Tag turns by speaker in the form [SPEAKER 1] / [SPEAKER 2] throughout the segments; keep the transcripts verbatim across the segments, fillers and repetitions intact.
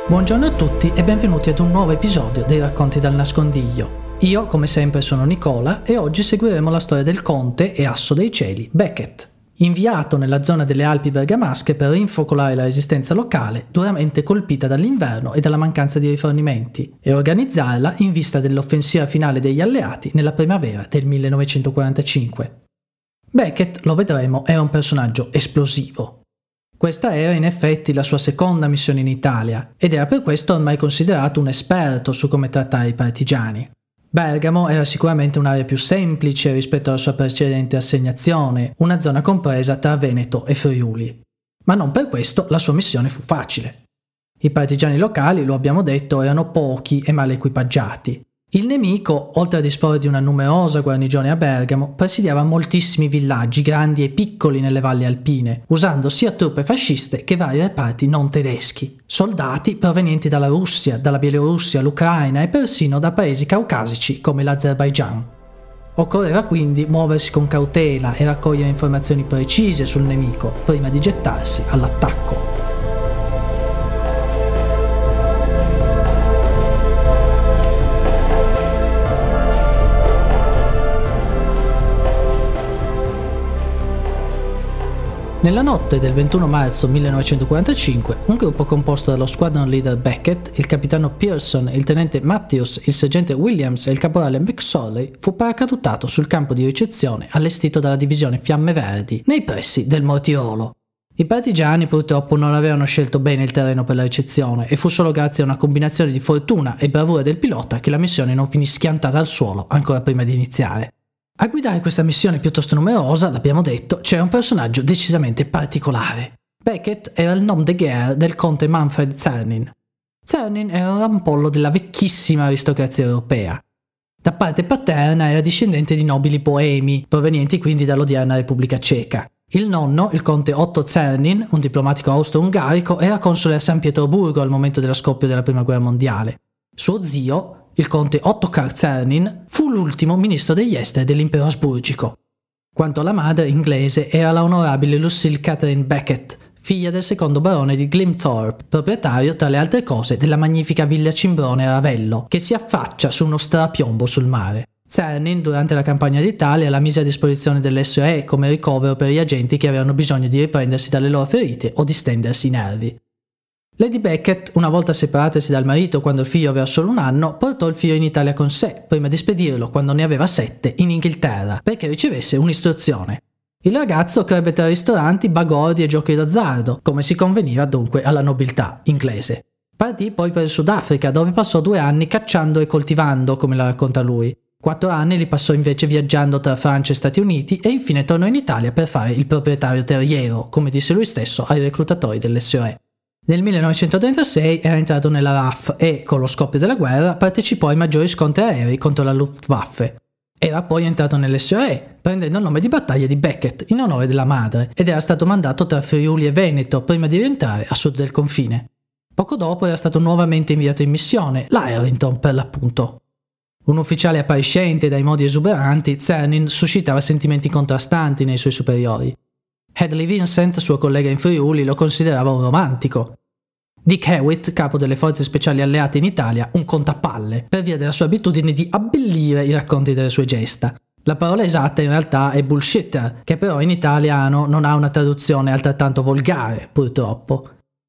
[SPEAKER 1] Buongiorno a tutti e benvenuti ad un nuovo episodio dei Racconti dal Nascondiglio. Io, come sempre, sono Nicola e oggi seguiremo la storia del conte e asso dei cieli, Becket, inviato nella zona delle Alpi bergamasche per rinfocolare la resistenza locale, duramente colpita dall'inverno e dalla mancanza di rifornimenti, e organizzarla in vista dell'offensiva finale degli alleati nella primavera del millenovecentoquarantacinque. Becket, lo vedremo, era un personaggio esplosivo. Questa era in effetti la sua seconda missione in Italia ed era per questo ormai considerato un esperto su come trattare i partigiani. Bergamo era sicuramente un'area più semplice rispetto alla sua precedente assegnazione, una zona compresa tra Veneto e Friuli. Ma non per questo la sua missione fu facile. I partigiani locali, lo abbiamo detto, erano pochi e male equipaggiati. Il nemico, oltre a disporre di una numerosa guarnigione a Bergamo, presidiava moltissimi villaggi grandi e piccoli nelle valli alpine, usando sia truppe fasciste che vari reparti non tedeschi, soldati provenienti dalla Russia, dalla Bielorussia, l'Ucraina e persino da paesi caucasici come l'Azerbaigian. Occorreva quindi muoversi con cautela e raccogliere informazioni precise sul nemico prima di gettarsi all'attacco. Nella notte del ventuno marzo millenovecentoquarantacinque, un gruppo composto dallo squadron leader Becket, il capitano Pearson, il tenente Matthews, il sergente Williams e il caporale McSorley fu paracadutato sul campo di ricezione allestito dalla divisione Fiamme Verdi, nei pressi del Mortirolo. I partigiani purtroppo non avevano scelto bene il terreno per la ricezione e fu solo grazie a una combinazione di fortuna e bravura del pilota che la missione non finì schiantata al suolo ancora prima di iniziare. A guidare questa missione piuttosto numerosa, l'abbiamo detto, c'era un personaggio decisamente particolare. Becket era il nom de guerre del conte Manfred Czernin. Czernin era un rampollo della vecchissima aristocrazia europea. Da parte paterna era discendente di nobili boemi, provenienti quindi dall'odierna Repubblica Ceca. Il nonno, il conte Otto Czernin, un diplomatico austro-ungarico, era console a San Pietroburgo al momento dello scoppio della Prima Guerra Mondiale. Suo zio, il conte Ottokar Czernin, fu l'ultimo ministro degli esteri dell'impero asburgico. Quanto alla madre inglese era la onorabile Lucille Catherine Becket, figlia del secondo barone di Glimthorpe, proprietario tra le altre cose della magnifica villa Cimbrone a Ravello, che si affaccia su uno strapiombo sul mare. Czernin, durante la campagna d'Italia, la mise a disposizione dell'S O E come ricovero per gli agenti che avevano bisogno di riprendersi dalle loro ferite o di stendersi i nervi. Lady Becket, una volta separatasi dal marito quando il figlio aveva solo un anno, portò il figlio in Italia con sé, prima di spedirlo, quando ne aveva sette, in Inghilterra, perché ricevesse un'istruzione. Il ragazzo crebbe tra ristoranti, bagordi e giochi d'azzardo, come si conveniva dunque alla nobiltà inglese. Partì poi per il Sudafrica, dove passò due anni cacciando e coltivando, come la racconta lui. Quattro anni li passò invece viaggiando tra Francia e Stati Uniti e infine tornò in Italia per fare il proprietario terriero, come disse lui stesso ai reclutatori dell'S O E. Nel millenovecentotrentasei era entrato nella R A F e, con lo scoppio della guerra, partecipò ai maggiori scontri aerei contro la Luftwaffe. Era poi entrato nell'S O E, prendendo il nome di battaglia di Becket in onore della madre, ed era stato mandato tra Friuli e Veneto prima di rientrare a sud del confine. Poco dopo era stato nuovamente inviato in missione, l'Ironton per l'appunto. Un ufficiale appariscente dai modi esuberanti, Czernin suscitava sentimenti contrastanti nei suoi superiori. Hadley Vincent, suo collega in Friuli, lo considerava un romantico. Dick Hewitt, capo delle forze speciali alleate in Italia, un contapalle, per via della sua abitudine di abbellire i racconti delle sue gesta. La parola esatta in realtà è bullshitter, che però in italiano non ha una traduzione altrettanto volgare, purtroppo.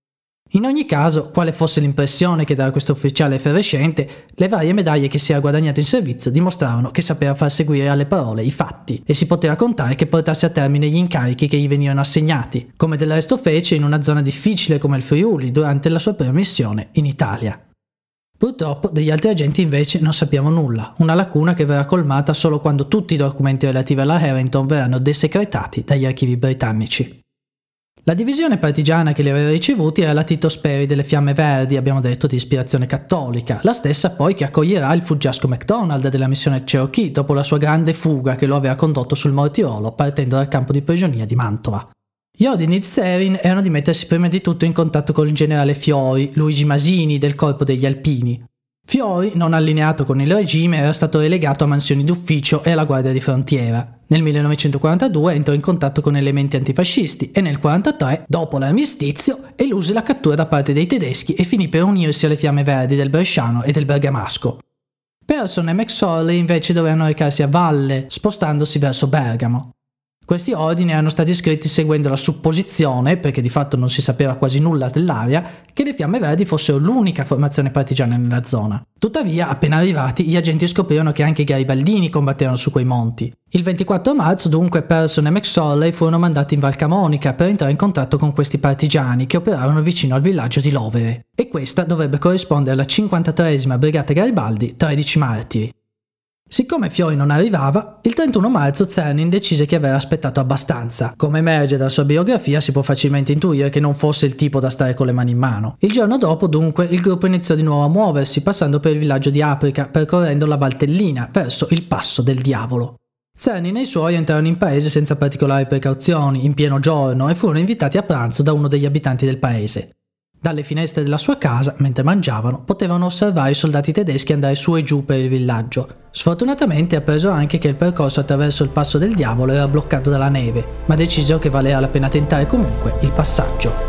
[SPEAKER 1] In ogni caso, quale fosse l'impressione che dava questo ufficiale effervescente, le varie medaglie che si era guadagnato in servizio dimostravano che sapeva far seguire alle parole i fatti e si poteva contare che portasse a termine gli incarichi che gli venivano assegnati, come del resto fece in una zona difficile come il Friuli durante la sua prima missione in Italia. Purtroppo degli altri agenti invece non sappiamo nulla, una lacuna che verrà colmata solo quando tutti i documenti relativi alla Harrington verranno desecretati dagli archivi britannici. La divisione partigiana che li aveva ricevuti era la Tito Speri delle Fiamme Verdi, abbiamo detto di ispirazione cattolica, la stessa poi che accoglierà il fuggiasco MacDonald della missione Cherokee dopo la sua grande fuga che lo aveva condotto sul Mortirolo partendo dal campo di prigionia di Mantova. Gli ordini di Czernin erano di mettersi prima di tutto in contatto con il generale Fiori, Luigi Masini del corpo degli Alpini. Fiori, non allineato con il regime, era stato relegato a mansioni d'ufficio e alla guardia di frontiera. Nel millenovecentoquarantadue entrò in contatto con elementi antifascisti e nel millenovecentoquarantatré, dopo l'armistizio, eluse la cattura da parte dei tedeschi e finì per unirsi alle Fiamme Verdi del Bresciano e del Bergamasco. Pearson e McSorley invece dovevano recarsi a valle, spostandosi verso Bergamo. Questi ordini erano stati scritti seguendo la supposizione, perché di fatto non si sapeva quasi nulla dell'area, che le Fiamme Verdi fossero l'unica formazione partigiana nella zona. Tuttavia, appena arrivati, gli agenti scoprirono che anche i garibaldini combattevano su quei monti. Il ventiquattro marzo, dunque, Pearson e McSorley furono mandati in Val Camonica per entrare in contatto con questi partigiani che operavano vicino al villaggio di Lovere. E questa dovrebbe corrispondere alla cinquantatreesima Brigata Garibaldi, tredici martiri. Siccome Fiori non arrivava, il trentuno marzo Czernin decise che aveva aspettato abbastanza. Come emerge dalla sua biografia, si può facilmente intuire che non fosse il tipo da stare con le mani in mano. Il giorno dopo, dunque, il gruppo iniziò di nuovo a muoversi, passando per il villaggio di Aprica, percorrendo la Valtellina, verso il Passo del Diavolo. Czernin e i suoi entrarono in paese senza particolari precauzioni, in pieno giorno, e furono invitati a pranzo da uno degli abitanti del paese. Dalle finestre della sua casa, mentre mangiavano, potevano osservare i soldati tedeschi andare su e giù per il villaggio. Sfortunatamente appresero anche che il percorso attraverso il Passo del Diavolo era bloccato dalla neve, ma decisero che valeva la pena tentare comunque il passaggio.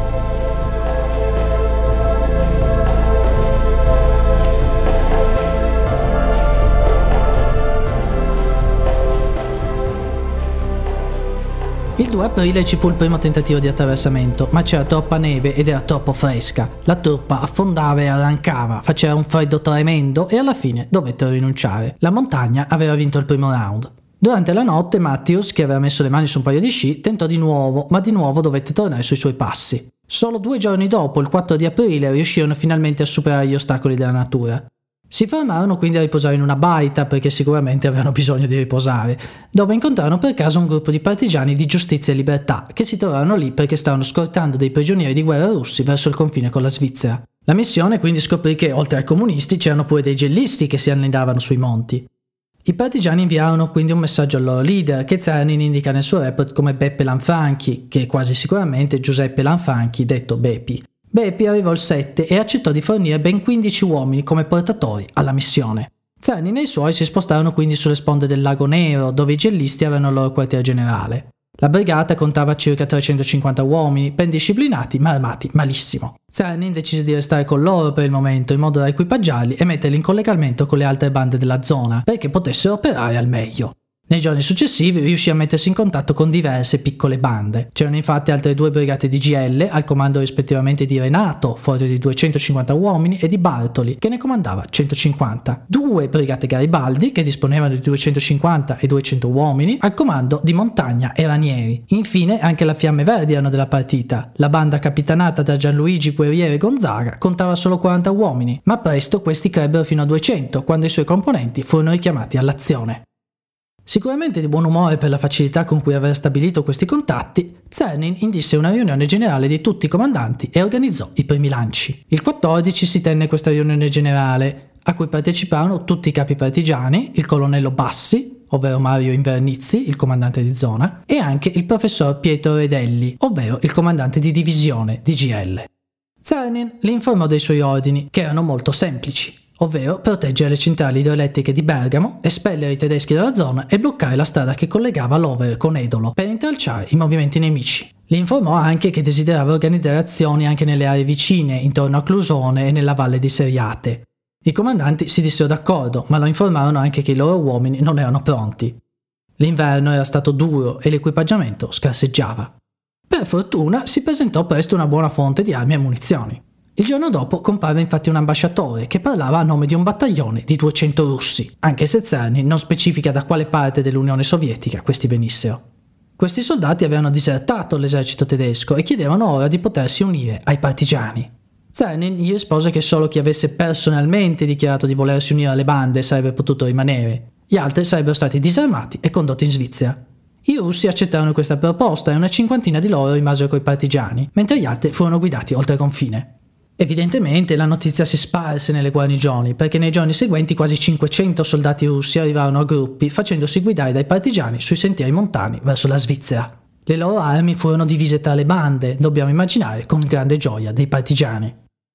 [SPEAKER 1] Il due aprile ci fu il primo tentativo di attraversamento, ma c'era troppa neve ed era troppo fresca. La truppa affondava e arrancava, faceva un freddo tremendo e alla fine dovettero rinunciare. La montagna aveva vinto il primo round. Durante la notte Matthews, che aveva messo le mani su un paio di sci, tentò di nuovo, ma di nuovo dovette tornare sui suoi passi. Solo due giorni dopo, il quattro di aprile, riuscirono finalmente a superare gli ostacoli della natura. Si fermarono quindi a riposare in una baita, perché sicuramente avevano bisogno di riposare, dove incontrarono per caso un gruppo di partigiani di Giustizia e Libertà, che si trovarono lì perché stavano scortando dei prigionieri di guerra russi verso il confine con la Svizzera. La missione quindi scoprì che, oltre ai comunisti, c'erano pure dei gellisti che si annidavano sui monti. I partigiani inviarono quindi un messaggio al loro leader, che Czernin indica nel suo report come Beppe Lanfranchi, che è quasi sicuramente Giuseppe Lanfranchi, detto Bepi. Bepi arrivò il sette e accettò di fornire ben quindici uomini come portatori alla missione. Czernin e i suoi si spostarono quindi sulle sponde del Lago Nero, dove i gellisti avevano il loro quartier generale. La brigata contava circa trecentocinquanta uomini, ben disciplinati ma armati malissimo. Czernin decise di restare con loro per il momento in modo da equipaggiarli e metterli in collegamento con le altre bande della zona, perché potessero operare al meglio. Nei giorni successivi riuscì a mettersi in contatto con diverse piccole bande. C'erano infatti altre due brigate di G L, al comando rispettivamente di Renato, forte di duecentocinquanta uomini, e di Bartoli, che ne comandava centocinquanta. Due brigate Garibaldi, che disponevano di duecentocinquanta e duecento uomini, al comando di Montagna e Ranieri. Infine anche la Fiamme Verdi erano della partita. La banda capitanata da Gianluigi Guerriere Gonzaga contava solo quaranta uomini, ma presto questi crebbero fino a duecento, quando i suoi componenti furono richiamati all'azione. Sicuramente di buon umore per la facilità con cui aveva stabilito questi contatti, Czernin indisse una riunione generale di tutti i comandanti e organizzò i primi lanci. Il quattordici si tenne questa riunione generale, a cui parteciparono tutti i capi partigiani, il colonnello Bassi, ovvero Mario Invernizzi, il comandante di zona, e anche il professor Pietro Redelli, ovvero il comandante di divisione di G L. Czernin li informò dei suoi ordini, che erano molto semplici, ovvero proteggere le centrali idroelettriche di Bergamo, espellere i tedeschi dalla zona e bloccare la strada che collegava Lovere con Edolo per intralciare i movimenti nemici. Li informò anche che desiderava organizzare azioni anche nelle aree vicine, intorno a Clusone e nella valle di Seriate. I comandanti si dissero d'accordo, ma lo informarono anche che i loro uomini non erano pronti. L'inverno era stato duro e l'equipaggiamento scarseggiava. Per fortuna si presentò presto una buona fonte di armi e munizioni. Il giorno dopo comparve infatti un ambasciatore che parlava a nome di un battaglione di duecento russi, anche se Czernin non specifica da quale parte dell'Unione Sovietica questi venissero. Questi soldati avevano disertato l'esercito tedesco e chiedevano ora di potersi unire ai partigiani. Czernin gli rispose che solo chi avesse personalmente dichiarato di volersi unire alle bande sarebbe potuto rimanere. Gli altri sarebbero stati disarmati e condotti in Svizzera. I russi accettarono questa proposta e una cinquantina di loro rimasero coi partigiani, mentre gli altri furono guidati oltre confine. Evidentemente la notizia si sparse nelle guarnigioni, perché nei giorni seguenti quasi cinquecento soldati russi arrivarono a gruppi, facendosi guidare dai partigiani sui sentieri montani verso la Svizzera. Le loro armi furono divise tra le bande, dobbiamo immaginare con grande gioia dei partigiani.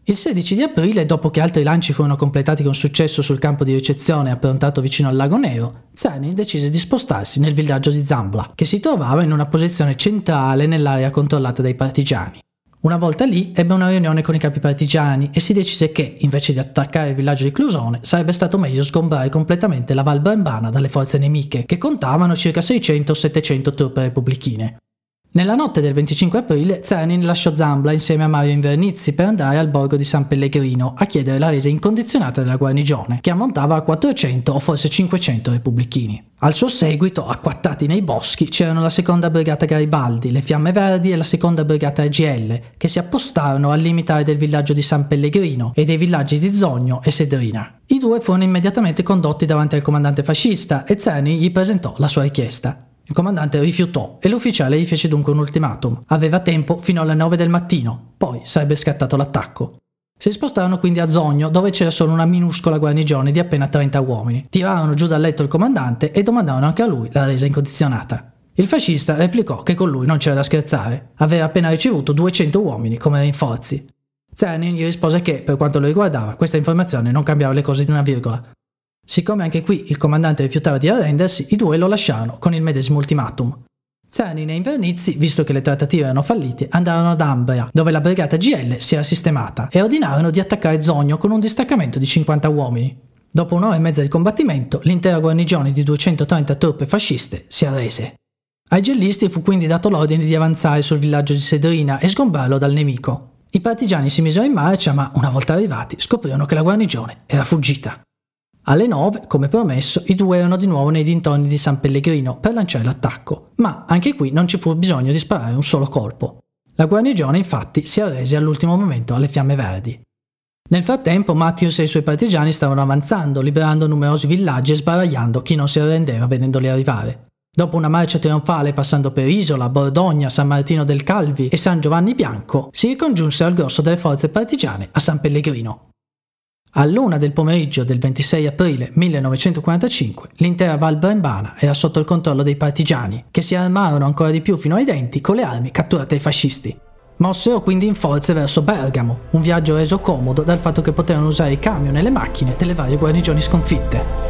[SPEAKER 1] Il sedici di aprile, dopo che altri lanci furono completati con successo sul campo di ricezione approntato vicino al Lago Nero, Czernin decise di spostarsi nel villaggio di Zambla, che si trovava in una posizione centrale nell'area controllata dai partigiani. Una volta lì ebbe una riunione con i capi partigiani e si decise che, invece di attaccare il villaggio di Clusone, sarebbe stato meglio sgombrare completamente la Val Brembana dalle forze nemiche, che contavano circa seicento settecento truppe repubblichine. Nella notte del venticinque aprile, Czernin lasciò Zambla insieme a Mario Invernizzi per andare al borgo di San Pellegrino a chiedere la resa incondizionata della guarnigione, che ammontava a quattrocento o forse cinquecento repubblichini. Al suo seguito, acquattati nei boschi, c'erano la seconda brigata Garibaldi, le Fiamme Verdi e la seconda brigata R G L, che si appostarono al limitare del villaggio di San Pellegrino e dei villaggi di Zogno e Sedrina. I due furono immediatamente condotti davanti al comandante fascista e Czernin gli presentò la sua richiesta. Il comandante rifiutò e l'ufficiale gli fece dunque un ultimatum. Aveva tempo fino alle nove del mattino, poi sarebbe scattato l'attacco. Si spostarono quindi a Zogno, dove c'era solo una minuscola guarnigione di appena trenta uomini. Tirarono giù dal letto il comandante e domandarono anche a lui la resa incondizionata. Il fascista replicò che con lui non c'era da scherzare. Aveva appena ricevuto duecento uomini come rinforzi. Czernin gli rispose che, per quanto lo riguardava, questa informazione non cambiava le cose di una virgola. Siccome anche qui il comandante rifiutava di arrendersi, i due lo lasciarono con il medesimo ultimatum. Czernin e Invernizzi, visto che le trattative erano fallite, andarono ad Ambria, dove la brigata G L si era sistemata, e ordinarono di attaccare Zogno con un distaccamento di cinquanta uomini. Dopo un'ora e mezza di combattimento, l'intera guarnigione di duecentotrenta truppe fasciste si arrese. Ai gellisti fu quindi dato l'ordine di avanzare sul villaggio di Sedrina e sgombrarlo dal nemico. I partigiani si misero in marcia, ma una volta arrivati scoprirono che la guarnigione era fuggita. Alle nove, come promesso, i due erano di nuovo nei dintorni di San Pellegrino per lanciare l'attacco, ma anche qui non ci fu bisogno di sparare un solo colpo. La guarnigione infatti si arrese all'ultimo momento alle Fiamme Verdi. Nel frattempo Matthews e i suoi partigiani stavano avanzando, liberando numerosi villaggi e sbaragliando chi non si arrendeva vedendoli arrivare. Dopo una marcia trionfale passando per Isola, Bordogna, San Martino del Calvi e San Giovanni Bianco, si ricongiunse al grosso delle forze partigiane a San Pellegrino. All'una del pomeriggio del ventisei aprile millenovecentoquarantacinque l'intera Val Brembana era sotto il controllo dei partigiani, che si armarono ancora di più fino ai denti con le armi catturate ai fascisti. Mossero quindi in forze verso Bergamo, un viaggio reso comodo dal fatto che potevano usare i camion e le macchine delle varie guarnigioni sconfitte.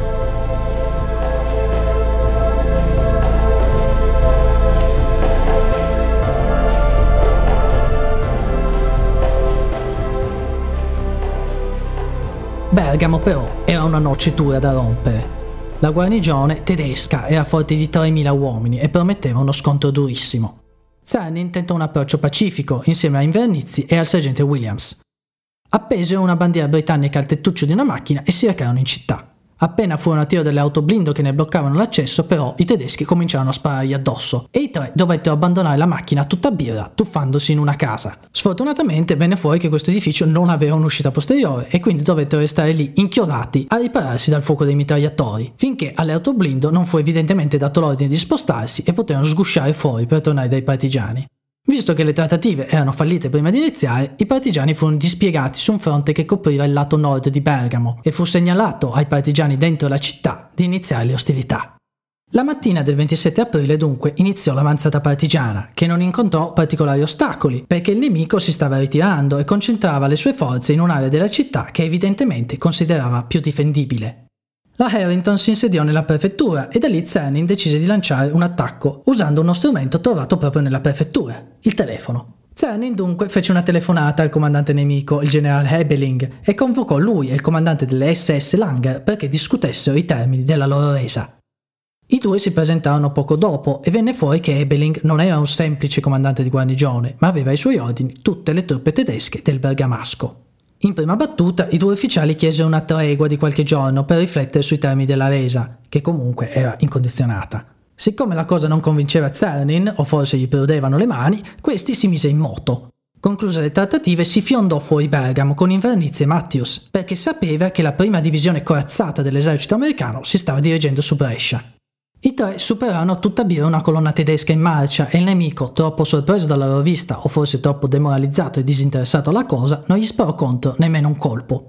[SPEAKER 1] Bergamo però era una noce dura da rompere. La guarnigione tedesca era forte di tremila uomini e prometteva uno scontro durissimo. Czernin tentò un approccio pacifico insieme a Invernizzi e al sergente Williams. Appesero una bandiera britannica al tettuccio di una macchina e si recarono in città. Appena furono a tiro delle auto blindo che ne bloccavano l'accesso, però i tedeschi cominciarono a sparargli addosso e i tre dovettero abbandonare la macchina a tutta birra, tuffandosi in una casa. Sfortunatamente venne fuori che questo edificio non aveva un'uscita posteriore e quindi dovettero restare lì inchiodati a ripararsi dal fuoco dei mitragliatori, finché alle auto blindo non fu evidentemente dato l'ordine di spostarsi e poterono sgusciare fuori per tornare dai partigiani. Visto che le trattative erano fallite prima di iniziare, i partigiani furono dispiegati su un fronte che copriva il lato nord di Bergamo e fu segnalato ai partigiani dentro la città di iniziare le ostilità. La mattina del ventisette aprile dunque iniziò l'avanzata partigiana, che non incontrò particolari ostacoli, perché il nemico si stava ritirando e concentrava le sue forze in un'area della città che evidentemente considerava più difendibile. La Harrington si insediò nella prefettura e da lì Czernin decise di lanciare un attacco usando uno strumento trovato proprio nella prefettura, il telefono. Czernin dunque fece una telefonata al comandante nemico, il generale Hebeling, e convocò lui e il comandante delle S S Langer perché discutessero i termini della loro resa. I due si presentarono poco dopo e venne fuori che Hebeling non era un semplice comandante di guarnigione, ma aveva ai suoi ordini tutte le truppe tedesche del Bergamasco. In prima battuta i due ufficiali chiesero una tregua di qualche giorno per riflettere sui termini della resa, che comunque era incondizionata. Siccome la cosa non convinceva Czernin, o forse gli prudevano le mani, questi si mise in moto. Concluse le trattative, si fiondò fuori Bergamo con Invernizzi e Matthews, perché sapeva che la prima divisione corazzata dell'esercito americano si stava dirigendo su Brescia. I tre superarono a tutta birra una colonna tedesca in marcia e il nemico, troppo sorpreso dalla loro vista o forse troppo demoralizzato e disinteressato alla cosa, non gli sparò contro nemmeno un colpo.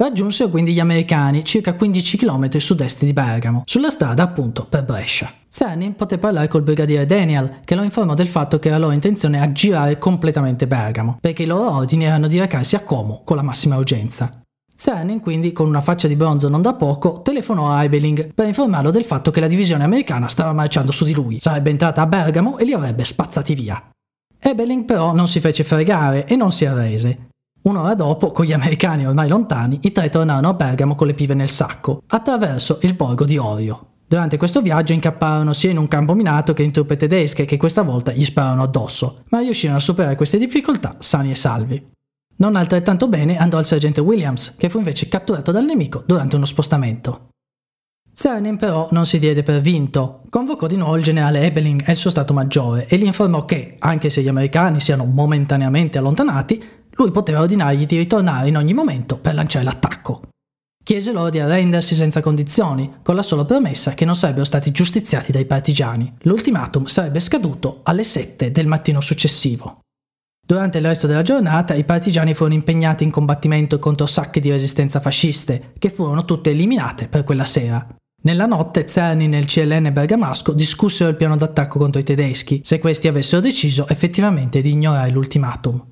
[SPEAKER 1] Raggiunsero quindi gli americani circa quindici chilometri a sud-est di Bergamo, sulla strada appunto per Brescia. Czernin poté parlare col brigadiere Daniel, che lo informò del fatto che la loro intenzione era girare completamente Bergamo, perché i loro ordini erano di recarsi a Como con la massima urgenza. Czernin quindi, con una faccia di bronzo non da poco, telefonò a Ebeling per informarlo del fatto che la divisione americana stava marciando su di lui, sarebbe entrata a Bergamo e li avrebbe spazzati via. Ebeling però non si fece fregare e non si arrese. Un'ora dopo, con gli americani ormai lontani, i tre tornarono a Bergamo con le pive nel sacco, attraverso il borgo di Orio. Durante questo viaggio incapparono sia in un campo minato che in truppe tedesche che questa volta gli spararono addosso, ma riuscirono a superare queste difficoltà sani e salvi. Non altrettanto bene andò al sergente Williams, che fu invece catturato dal nemico durante uno spostamento. Czernin però non si diede per vinto, convocò di nuovo il generale Ebeling e il suo stato maggiore e gli informò che, anche se gli americani siano momentaneamente allontanati, lui poteva ordinargli di ritornare in ogni momento per lanciare l'attacco. Chiese loro di arrendersi senza condizioni, con la sola promessa che non sarebbero stati giustiziati dai partigiani. L'ultimatum sarebbe scaduto alle sette del mattino successivo. Durante il resto della giornata i partigiani furono impegnati in combattimento contro sacche di resistenza fasciste, che furono tutte eliminate per quella sera. Nella notte Czernin e il C L N bergamasco discussero il piano d'attacco contro i tedeschi, se questi avessero deciso effettivamente di ignorare l'ultimatum.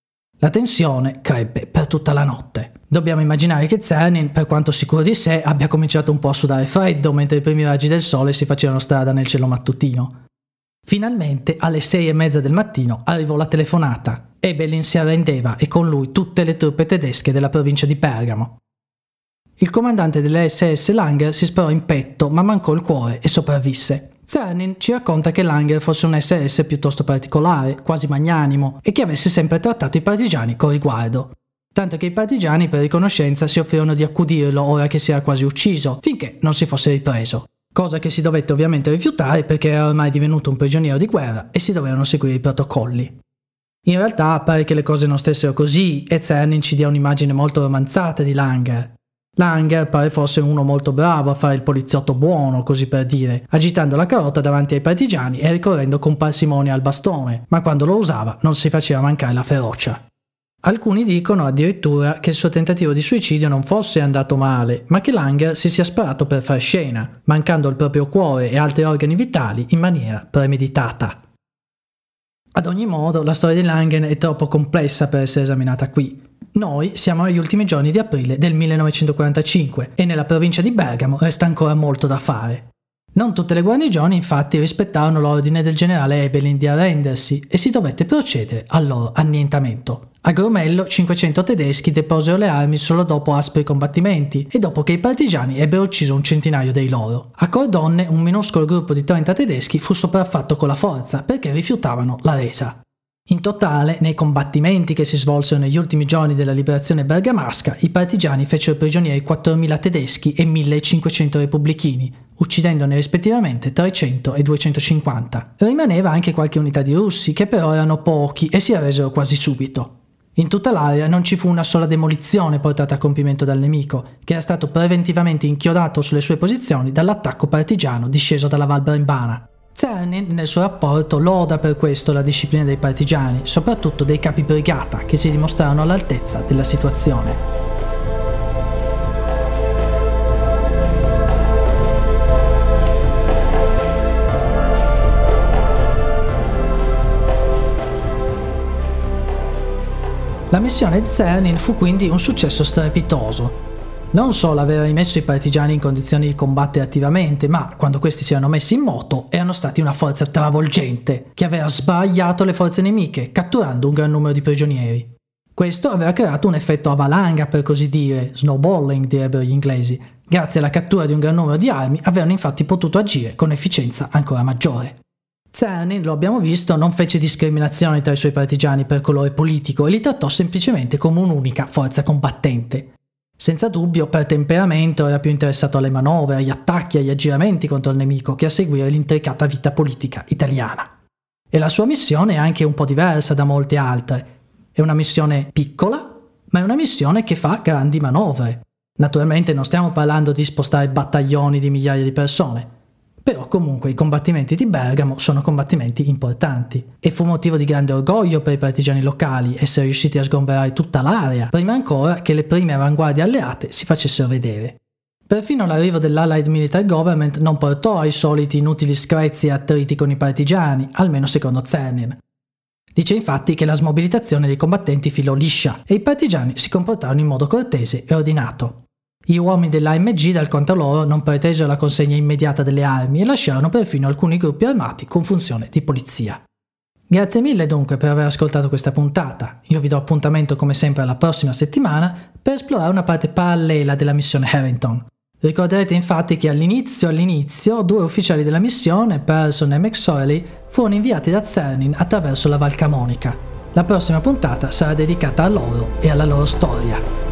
[SPEAKER 1] La tensione crebbe per tutta la notte. Dobbiamo immaginare che Czernin, per quanto sicuro di sé, abbia cominciato un po' a sudare freddo mentre i primi raggi del sole si facevano strada nel cielo mattutino. Finalmente, alle sei e mezza del mattino, arrivò la telefonata. Ebeling si arrendeva e con lui tutte le truppe tedesche della provincia di Bergamo. Il comandante delle S S Langer si sparò in petto, ma mancò il cuore e sopravvisse. Czernin ci racconta che Langer fosse un S S piuttosto particolare, quasi magnanimo, e che avesse sempre trattato i partigiani con riguardo. Tanto che i partigiani, per riconoscenza, si offrirono di accudirlo ora che si era quasi ucciso, finché non si fosse ripreso. Cosa che si dovette ovviamente rifiutare perché era ormai divenuto un prigioniero di guerra e si dovevano seguire i protocolli. In realtà pare che le cose non stessero così e Czernin ci dia un'immagine molto romanzata di Langer. Langer pare fosse uno molto bravo a fare il poliziotto buono, così per dire, agitando la carota davanti ai partigiani e ricorrendo con parsimonia al bastone, ma quando lo usava non si faceva mancare la ferocia. Alcuni dicono addirittura che il suo tentativo di suicidio non fosse andato male, ma che Langer si sia sparato per far scena, mancando il proprio cuore e altri organi vitali in maniera premeditata. Ad ogni modo, la storia di Langer è troppo complessa per essere esaminata qui. Noi siamo agli ultimi giorni di aprile del millenovecentoquarantacinque e nella provincia di Bergamo resta ancora molto da fare. Non tutte le guarnigioni infatti rispettarono l'ordine del generale Ebeling di arrendersi e si dovette procedere al loro annientamento. A Gromello cinquecento tedeschi deposero le armi solo dopo aspri combattimenti e dopo che i partigiani ebbero ucciso un centinaio dei loro. A Cordonne un minuscolo gruppo di trenta tedeschi fu sopraffatto con la forza perché rifiutavano la resa. In totale, nei combattimenti che si svolsero negli ultimi giorni della liberazione bergamasca, i partigiani fecero prigionieri quattromila tedeschi e millecinquecento repubblichini, uccidendone rispettivamente trecento e duecentocinquanta. Rimaneva anche qualche unità di russi, che però erano pochi e si arresero quasi subito. In tutta l'area non ci fu una sola demolizione portata a compimento dal nemico, che era stato preventivamente inchiodato sulle sue posizioni dall'attacco partigiano disceso dalla Val Brembana. Czernin nel suo rapporto loda per questo la disciplina dei partigiani, soprattutto dei capi brigata, che si dimostrarono all'altezza della situazione. La missione di Czernin fu quindi un successo strepitoso. Non solo aveva rimesso i partigiani in condizioni di combattere attivamente, ma quando questi si erano messi in moto erano stati una forza travolgente, che aveva sbaragliato le forze nemiche, catturando un gran numero di prigionieri. Questo aveva creato un effetto a valanga, per così dire, snowballing direbbero gli inglesi. Grazie alla cattura di un gran numero di armi avevano infatti potuto agire con efficienza ancora maggiore. Czernin, lo abbiamo visto, non fece discriminazioni tra i suoi partigiani per colore politico e li trattò semplicemente come un'unica forza combattente. Senza dubbio, per temperamento era più interessato alle manovre, agli attacchi, agli aggiramenti contro il nemico che a seguire l'intricata vita politica italiana. E la sua missione è anche un po' diversa da molte altre. È una missione piccola, ma è una missione che fa grandi manovre. Naturalmente non stiamo parlando di spostare battaglioni di migliaia di persone. Però comunque i combattimenti di Bergamo sono combattimenti importanti e fu motivo di grande orgoglio per i partigiani locali essere riusciti a sgomberare tutta l'area, prima ancora che le prime avanguardie alleate si facessero vedere. Perfino l'arrivo dell'Allied Military Government non portò ai soliti inutili screzi e attriti con i partigiani, almeno secondo Czernin. Dice infatti che la smobilitazione dei combattenti filò liscia e i partigiani si comportarono in modo cortese e ordinato. Gli uomini dell'A M G dal canto loro non pretesero la consegna immediata delle armi e lasciarono perfino alcuni gruppi armati con funzione di polizia. Grazie mille dunque per aver ascoltato questa puntata. Io vi do appuntamento come sempre alla prossima settimana per esplorare una parte parallela della missione Harrington. Ricorderete infatti che all'inizio all'inizio due ufficiali della missione, Pearson e McSorley, furono inviati da Czernin attraverso la Val Camonica. La prossima puntata sarà dedicata a loro e alla loro storia.